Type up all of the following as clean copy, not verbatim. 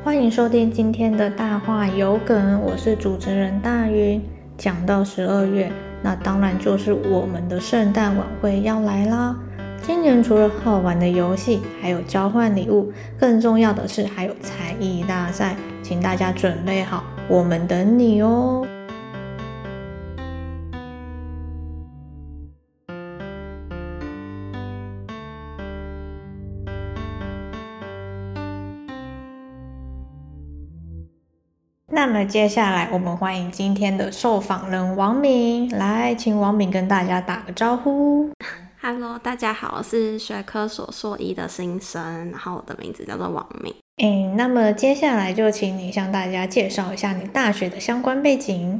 欢迎收听今天的大话有梗，我是主持人大云。讲到12月，那当然就是我们的圣诞晚会要来啦。今年除了好玩的游戏，还有交换礼物，更重要的是还有才艺大赛，请大家准备好，我们等你哦。那么接下来我们欢迎今天的受访人王敏，来，请王敏跟大家打个招呼。 Hello， 大家好，我是学科所硕一的新生，然后我的名字叫做王敏。 那么接下来就请你向大家介绍一下你大学的相关背景。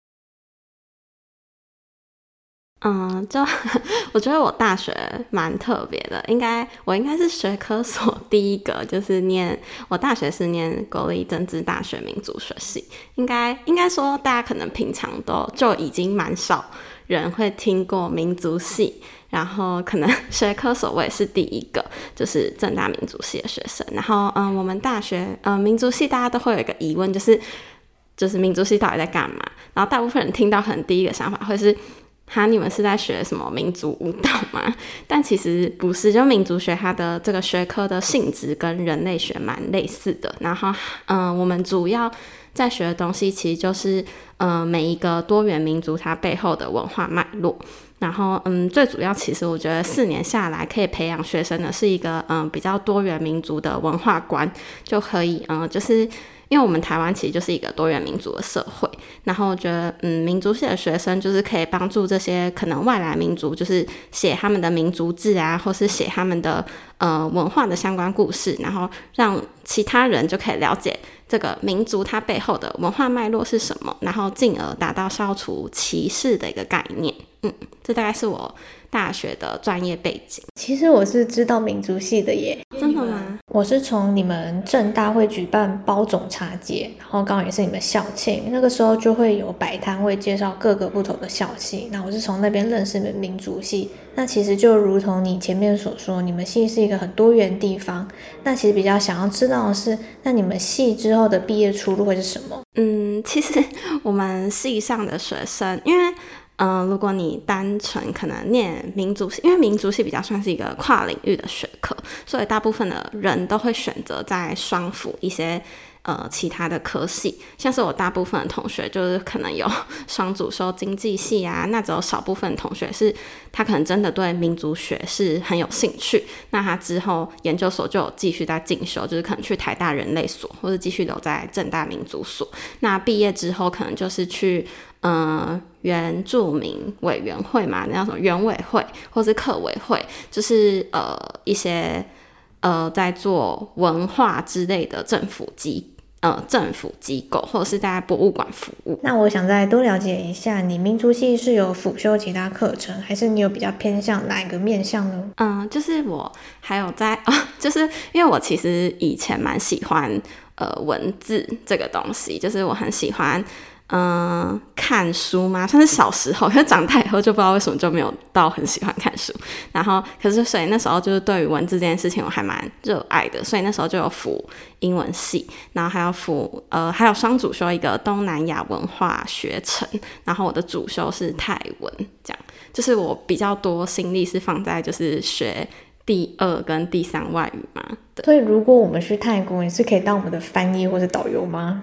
我觉得我大学蛮特别的，我应该是学科所第一个，就是我大学是念国立政治大学民族学系，应该说大家可能平常就已经蛮少人会听过民族系，然后可能学科所我也是第一个，就是政大民族系的学生。然后我们大学民族系大家都会有一个疑问，就是民族系到底在干嘛？然后大部分人听到可能第一个想法会是，你们是在学什么民族舞蹈吗？但其实不是，就民族学它的这个学科的性质跟人类学蛮类似的。然后我们主要在学的东西其实就是每一个多元民族它背后的文化脉络。然后最主要其实我觉得4年下来可以培养学生的是一个比较多元民族的文化观，就可以就是因为我们台湾其实就是一个多元民族的社会，然后我觉得民族系的学生就是可以帮助这些可能外来民族，就是写他们的民族志啊，或是写他们的文化的相关故事，然后让其他人就可以了解这个民族它背后的文化脉络是什么，然后进而达到消除歧视的一个概念。这大概是我大学的专业背景。 其实我是知道民族系的耶。 真的吗？ 我是从你们政大会举办包种茶节，然后刚好也是你们校庆，那个时候就会有摆摊会介绍各个不同的校系，那我是从那边认识你们民族系。那其实就如同你前面所说，你们系是一个很多元的地方，那其实比较想要知道的是，那你们系之后的毕业出路会是什么？ 其实我们系上的学生，因为如果你单纯可能念民族系，因为民族系比较算是一个跨领域的学科，所以大部分的人都会选择在双辅一些其他的科系，像是我大部分的同学就是可能有双主修经济系啊，那只有少部分同学是他可能真的对民族学是很有兴趣，那他之后研究所就有继续在进修，就是可能去台大人类所，或者继续留在政大民族所，那毕业之后可能就是去原住民委员会嘛，那叫什么原委会或是客委会，就是一些在做文化之类的政府机构，或者是在博物馆服务。 那我想再多了解一下，你民族系是有辅修其他课程，还是你有比较偏向哪一个面向呢？ 就是我还有就是因为我其实以前蛮喜欢文字这个东西，就是我很喜欢看书嘛，算是小时候，因为长大以后就不知道为什么就没有到很喜欢看书，然后可是所以那时候就是对于文字这件事情我还蛮热爱的，所以那时候就有辅英文系，然后还有双主修一个东南亚文化学程，然后我的主修是泰文，这样就是我比较多心力是放在就是学第2跟第3外语嘛。 所以如果我们去泰国，你是可以当我们的翻译或者导游吗？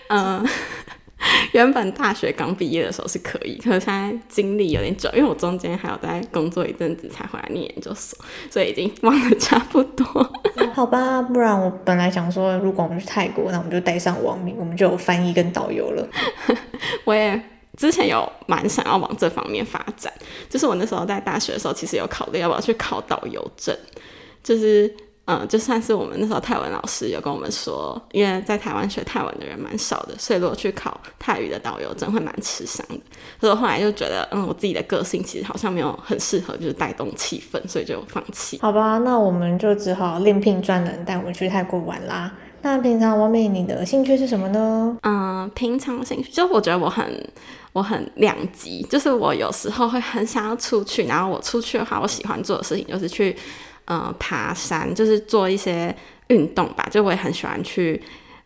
原本大学刚毕业的时候是可以，可是现在经历有点久，因为我中间还有在工作一阵子才回来念研究所，所以已经忘得差不多。 好吧，不然我本来想说，如果我们去泰国，那我们就带上王敏，我们就有翻译跟导游了。 我也之前有蛮想要往这方面发展，就是我那时候在大学的时候，其实有考虑要不要去考导游证，就算是我们那时候泰文老师有跟我们说，因为在台湾学泰文的人蛮少的，所以如果去考泰语的导游证会蛮吃香的。所以我后来就觉得我自己的个性其实好像没有很适合就是带动气氛，所以就放弃。 好吧，那我们就只好另聘专人带我们去泰国玩啦。那平常王敏你的兴趣是什么呢？ 平常兴趣就我觉得我很两极，就是我有时候会很想要出去，然后我出去的话我喜欢做的事情就是去爬山，就是做一些运动吧，就我也很喜欢去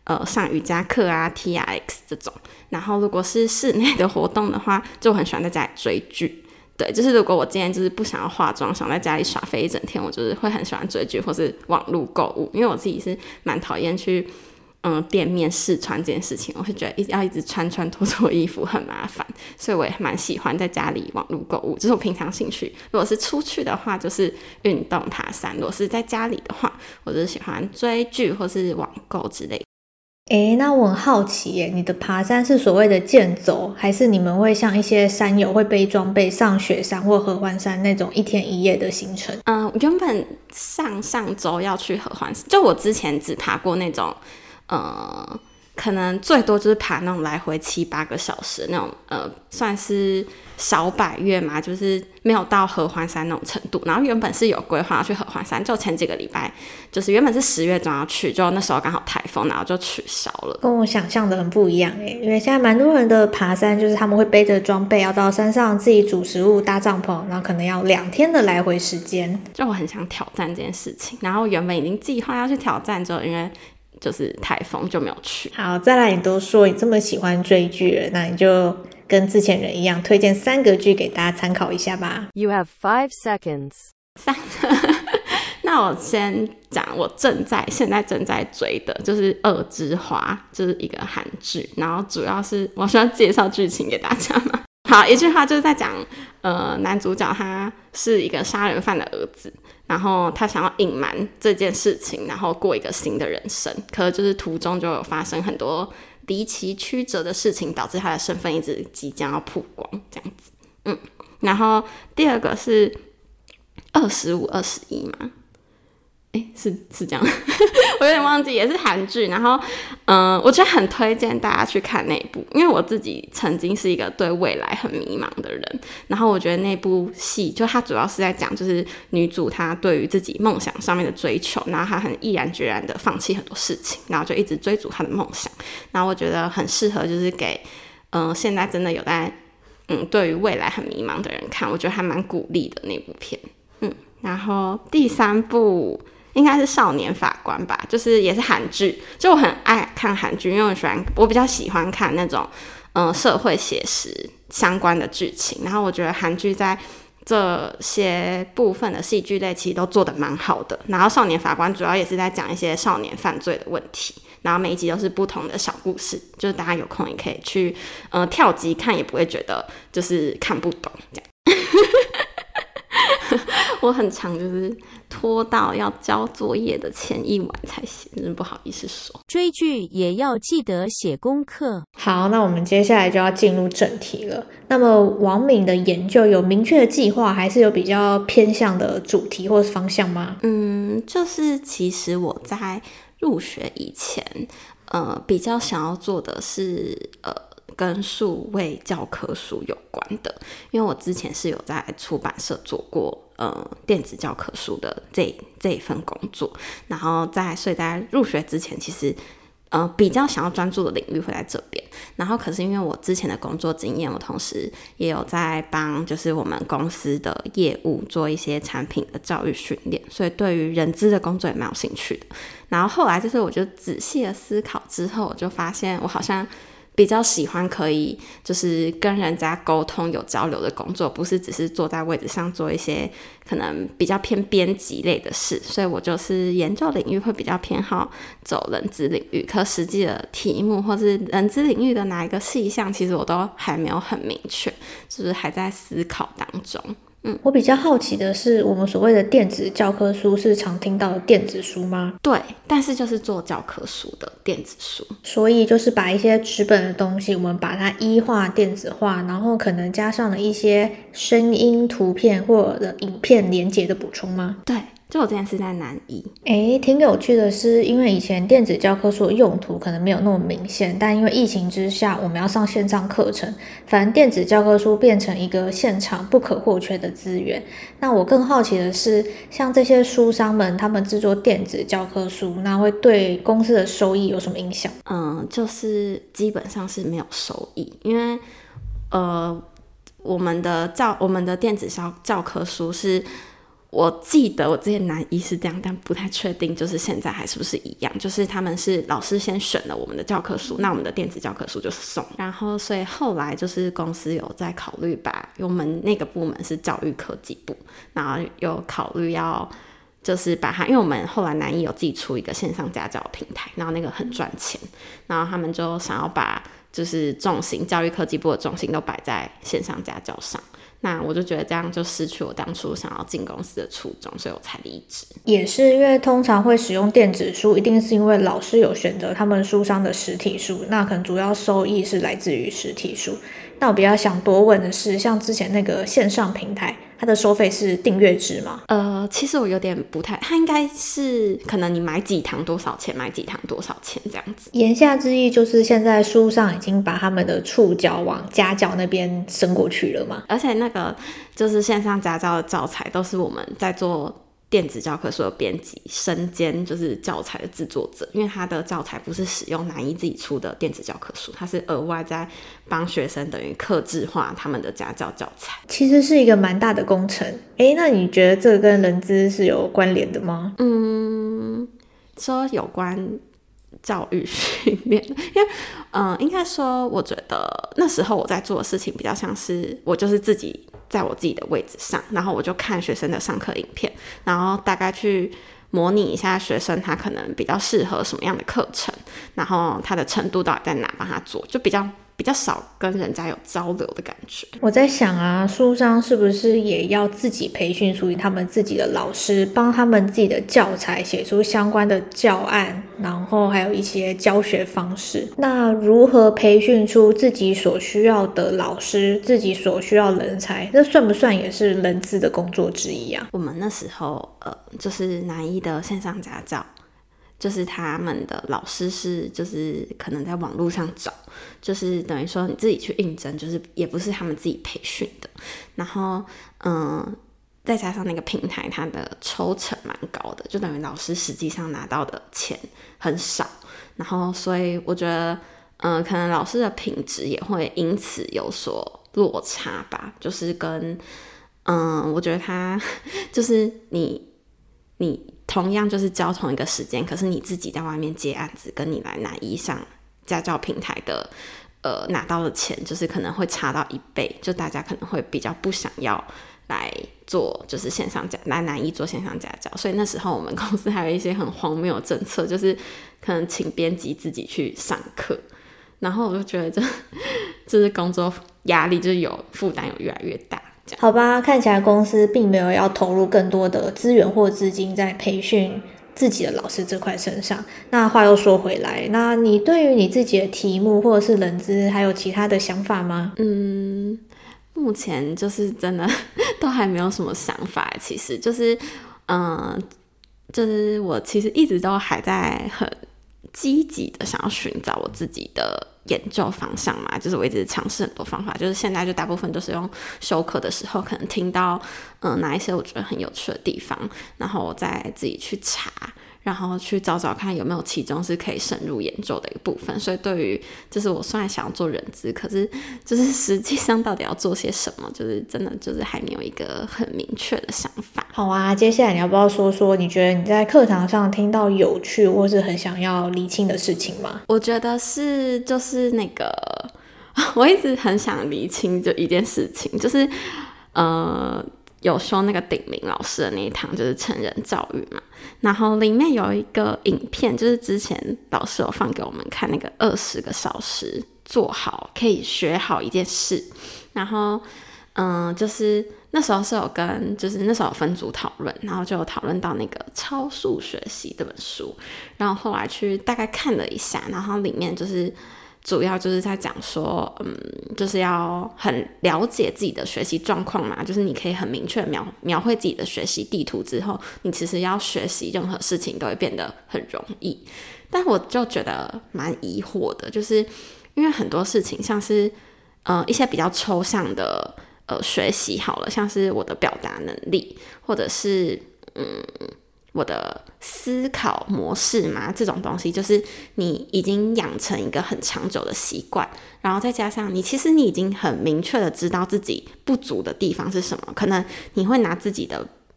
上瑜伽课啊 TRX 这种。然后如果是室内的活动的话，就很喜欢在家里追剧。对，就是如果我今天就是不想要化妆，想在家里耍废一整天，我就是会很喜欢追剧或是网络购物。因为我自己是蛮讨厌去店面试穿这件事情，我会觉得一直穿脱脱衣服很麻烦，所以我也蛮喜欢在家里网络购物，这是我平常兴趣。如果是出去的话就是运动爬山，如果是在家里的话我就是喜欢追剧或是网购之类的。 那我很好奇耶，你的爬山是所谓的健走，还是你们会像一些山友会背装备上雪山或合欢山那种1天1夜的行程？ 原本上周要去合欢山，就我之前只爬过那种可能最多就是爬那种来回7-8个小时那种算是小百岳嘛，就是没有到合欢山那种程度。然后原本是有规划要去合欢山，就前几个礼拜就是原本是10月中要去，就那时候刚好台风，然后就取消了。 跟我想象的很不一样耶，因为现在蛮多人的爬山就是他们会背着装备要到山上自己煮食物搭帐篷，然后可能要2天的来回时间。 就我很想挑战这件事情，然后原本已经计划要去挑战，之后因为就是台风就没有去。 好，再来，你都说你这么喜欢追剧了，那你就跟之前人一样推荐3个剧给大家参考一下吧。 You have 5 seconds. 3个那我先讲我现在正在追的就是《恶之花》，就是一个韩剧，然后主要是我需要介绍剧情给大家吗？好，一句话就是在讲男主角他是一个杀人犯的儿子，然后他想要隐瞒这件事情，然后过一个新的人生，可是就是途中就有发生很多离奇曲折的事情，导致他的身份一直即将要曝光这样子。然后第二个是25-21嘛，是这样我有点忘记，也是韩剧。然后我觉得很推荐大家去看那一部，因为我自己曾经是一个对未来很迷茫的人，然后我觉得那部戏就它主要是在讲就是女主她对于自己梦想上面的追求，然后她很毅然决然的放弃很多事情，然后就一直追逐她的梦想。然后我觉得很适合就是给现在真的有在对于未来很迷茫的人看，我觉得还蛮鼓励的那部片。然后第3部应该是少年法官吧，就是也是韩剧，就我很爱看韩剧，因为我比较喜欢看那种社会写实相关的剧情，然后我觉得韩剧在这些部分的戏剧类其实都做得蛮好的。然后少年法官主要也是在讲一些少年犯罪的问题，然后每一集都是不同的小故事，就是大家有空也可以去跳集看，也不会觉得就是看不懂这样我很常就是拖到要交作业的前一晚才写，真不好意思说。 追剧也要记得写功课。 好，那我们接下来就要进入正题了。那么王敏的研究有明确的计划，还是有比较偏向的主题或是方向吗？ 就是其实我在入学以前比较想要做的是跟数位教科书有关的，因为我之前是有在出版社做过电子教科书的这一份工作，然后所以在入学之前其实比较想要专注的领域会在这边。然后可是因为我之前的工作经验，我同时也有在帮就是我们公司的业务做一些产品的教育训练，所以对于人资的工作也蛮有兴趣的。然后后来就是我就仔细的思考之后，我就发现我好像比较喜欢可以就是跟人家沟通有交流的工作，不是只是坐在位置上做一些可能比较偏编辑类的事，所以我就是研究领域会比较偏好走人资领域，可实际的题目或是人资领域的哪一个细项其实我都还没有很明确，就是还在思考当中。 我比较好奇的是，我们所谓的电子教科书是常听到的电子书吗？ 对，但是就是做教科书的电子书， 所以就是把一些纸本的东西，我们把它一化、电子化，然后可能加上了一些声音、图片或者影片连结的补充吗？ 对，就我之前是在南一。 挺有趣的是，因为以前电子教科书的用途可能没有那么明显，但因为疫情之下我们要上线上课程，反正电子教科书变成一个现场不可或缺的资源。那我更好奇的是，像这些书商们他们制作电子教科书，那会对公司的收益有什么影响？ 就是基本上是没有收益，因为我们的电子教科书是我记得我之前南一是这样，但不太确定就是现在还是不是一样，就是他们是老师先选了我们的教科书，那我们的电子教科书就是送，然后所以后来就是公司有在考虑把我们那个部门是教育科技部，然后有考虑要就是把它，因为我们后来南一有自己出一个线上家教平台，然后那个很赚钱，然后他们就想要把就是重心教育科技部的重心都摆在线上家教上，那我就觉得这样就失去我当初想要进公司的初衷，所以我才离职。 也是因为通常会使用电子书，一定是因为老师有选择他们书上的实体书，那可能主要收益是来自于实体书。那我比较想多问的是，像之前那个线上平台，它的收费是订阅制吗？ 其实我有点不太，它应该是可能你买几堂多少钱，买几堂多少钱这样子。 言下之意就是现在书上已经把他们的触角往家教那边伸过去了嘛？ 而且那个就是线上家教的教材都是我们在做电子教科书的编辑身兼就是教材的制作者，因为他的教材不是使用南一自己出的电子教科书，他是额外在帮学生等于客制化他们的家教教材， 其实是一个蛮大的工程。那你觉得这个跟人资是有关联的吗？ 说有关教育训练，因为应该说我觉得那时候我在做的事情比较像是我就是自己在我自己的位置上，然后我就看学生的上课影片，然后大概去模拟一下学生他可能比较适合什么样的课程，然后他的程度到底在哪，帮他做，就比较少跟人家有交流的感觉。 我在想啊，书商是不是也要自己培训属于他们自己的老师，帮他们自己的教材写出相关的教案，然后还有一些教学方式。那如何培训出自己所需要的老师，自己所需要人才，这算不算也是人资的工作之一啊？ 我们那时候就是南一的线上家教，就是他们的老师是就是可能在网络上找，就是等于说你自己去应征，就是也不是他们自己培训的，然后再加上那个平台它的抽成蛮高的，就等于老师实际上拿到的钱很少，然后所以我觉得可能老师的品质也会因此有所落差吧，就是跟我觉得他就是你同样就是交同一个时间，可是你自己在外面接案子，跟你来南一上家教平台的拿到的钱，就是可能会差到1倍，就大家可能会比较不想要来做，就是线上来南一做线上家教，所以那时候我们公司还有一些很荒谬的政策，就是可能请编辑自己去上课，然后我就觉得就是工作压力就是有负担有越来越大。 好吧，看起来公司并没有要投入更多的资源或资金在培训自己的老师这块身上。那话又说回来，那你对于你自己的题目或者是人资还有其他的想法吗？ 目前就是真的都还没有什么想法，其实就是就是我其实一直都还在很积极的想要寻找我自己的研究方向嘛，就是我一直尝试很多方法，就是现在就大部分都是用修课的时候可能听到哪一些我觉得很有趣的地方，然后我再自己去查，然后去找找看有没有其中是可以深入研究的一个部分。所以对于就是我虽然想要做人资，可是就是实际上到底要做些什么，就是真的就是还没有一个很明确的想法。 好啊，接下来你要不要说说你觉得你在课堂上听到有趣或是很想要厘清的事情吗？ 我觉得是就是那个我一直很想厘清就一件事情，就是有说那个鼎明老师的那一堂就是成人教育嘛，然后里面有一个影片，就是之前老师有放给我们看那个20个小时做好可以学好一件事，然后就是那时候是有跟就是那时候有分组讨论，然后就有讨论到那个超速学习这本书，然后后来去大概看了一下，然后里面就是主要就是在讲说就是要很了解自己的学习状况嘛，就是你可以很明确描绘自己的学习地图之后，你其实要学习任何事情都会变得很容易。但我就觉得蛮疑惑的，就是因为很多事情像是一些比较抽象的学习好了，像是我的表达能力，或者是我的思考模式嘛，这种东西就是你已经养成一个很长久的习惯，然后再加上其实你已经很明确的知道自己不足的地方是什么，可能你会拿自己的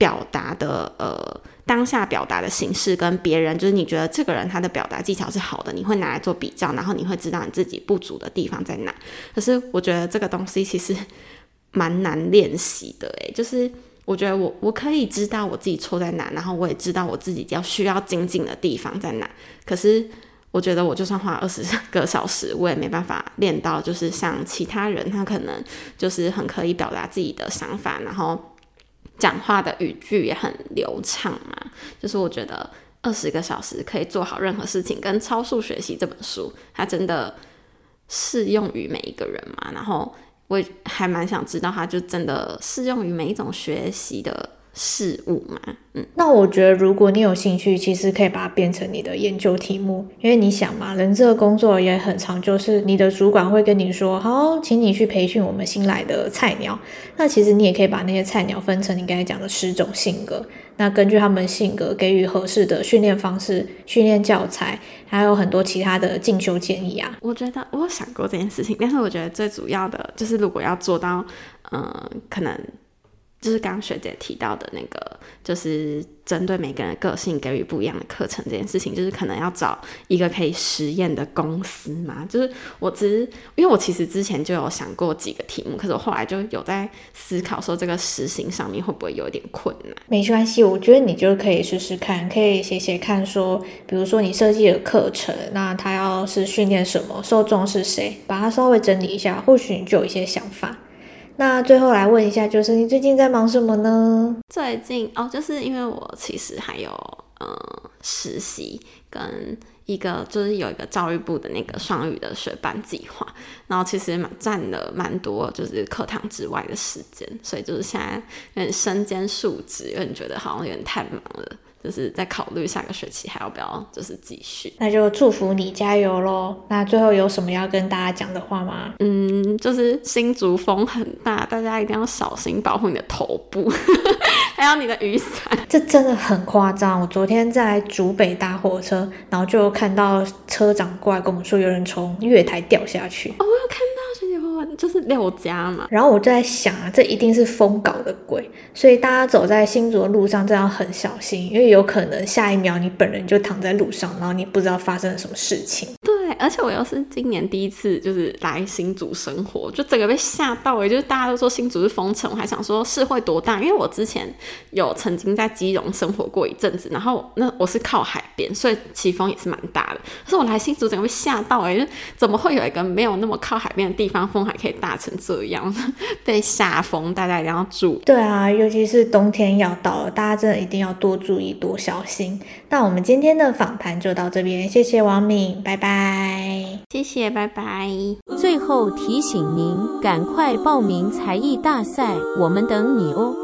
表达的当下表达的形式跟别人，就是你觉得这个人他的表达技巧是好的，你会拿来做比较，然后你会知道你自己不足的地方在哪。可是我觉得这个东西其实蛮难练习的就是我觉得我可以知道我自己错在哪，然后我也知道我自己需要精进的地方在哪，可是我觉得我就算花20个小时，我也没办法练到就是像其他人他可能就是很可以表达自己的想法，然后讲话的语句也很流畅嘛。就是我觉得20个小时可以做好任何事情，跟《超速学习》这本书它真的适用于每一个人嘛，然后我还蛮想知道它就真的适用于每一种学习的事物嘛。 那我觉得如果你有兴趣，其实可以把它变成你的研究题目，因为你想嘛，人这个工作也很常就是你的主管会跟你说，好，请你去培训我们新来的菜鸟。那其实你也可以把那些菜鸟分成你刚才讲的10种性格，那根据他们性格给予合适的训练方式、训练教材，还有很多其他的进修建议啊。 我觉得我有想过这件事情，但是我觉得最主要的就是如果要做到可能就是刚刚学姐提到的那个，就是针对每个人的个性给予不一样的课程这件事情，就是可能要找一个可以实验的公司嘛。就是因为我其实之前就有想过几个题目，可是我后来就有在思考说这个实行上面会不会有一点困难。 没关系，我觉得你就可以试试看，可以写写看说，比如说你设计的课程，那它要是训练什么，受众是谁，把它稍微整理一下，或许你就有一些想法。那最后来问一下，就是你最近在忙什么呢？ 最近就是因为我其实还有实习跟就是有一个教育部的那个双语的学伴计划，然后其实占了蛮多就是课堂之外的时间，所以就是现在有点身兼数职，有点觉得好像有点太忙了，就是在考虑下个学期还要不要就是继续。 那就祝福你加油咯。那最后有什么要跟大家讲的话吗？ 就是新竹风很大，大家一定要小心保护你的头部还有你的雨伞。 这真的很夸张，我昨天在竹北搭火车，然后就看到车长过来跟我们说有人从月台掉下去。 我有看到学姐问，就是6家嘛。 然后我就在想这一定是风搞的鬼，所以大家走在新竹的路上真的要很小心，因为有可能下一秒你本人就躺在路上，然后你不知道发生了什么事情。 对，而且我又是今年第一次就是来新竹生活，就整个被吓到就是大家都说新竹是封城，我还想说是会多大，因为我之前有曾经在基隆生活过一阵子，然后我是靠海边，所以其风也是蛮大的。可是我来新竹整个被吓到就怎么会有一个没有那么靠海边的地方风还可以大成这样被吓疯，大家一定要注意。 对啊，尤其是冬天要到了，大家真的一定要多注意多小心。那我们今天的访谈就到这边，谢谢王敏，拜拜。 谢谢，拜拜。 最后提醒您，赶快报名才艺大赛，我们等你哦。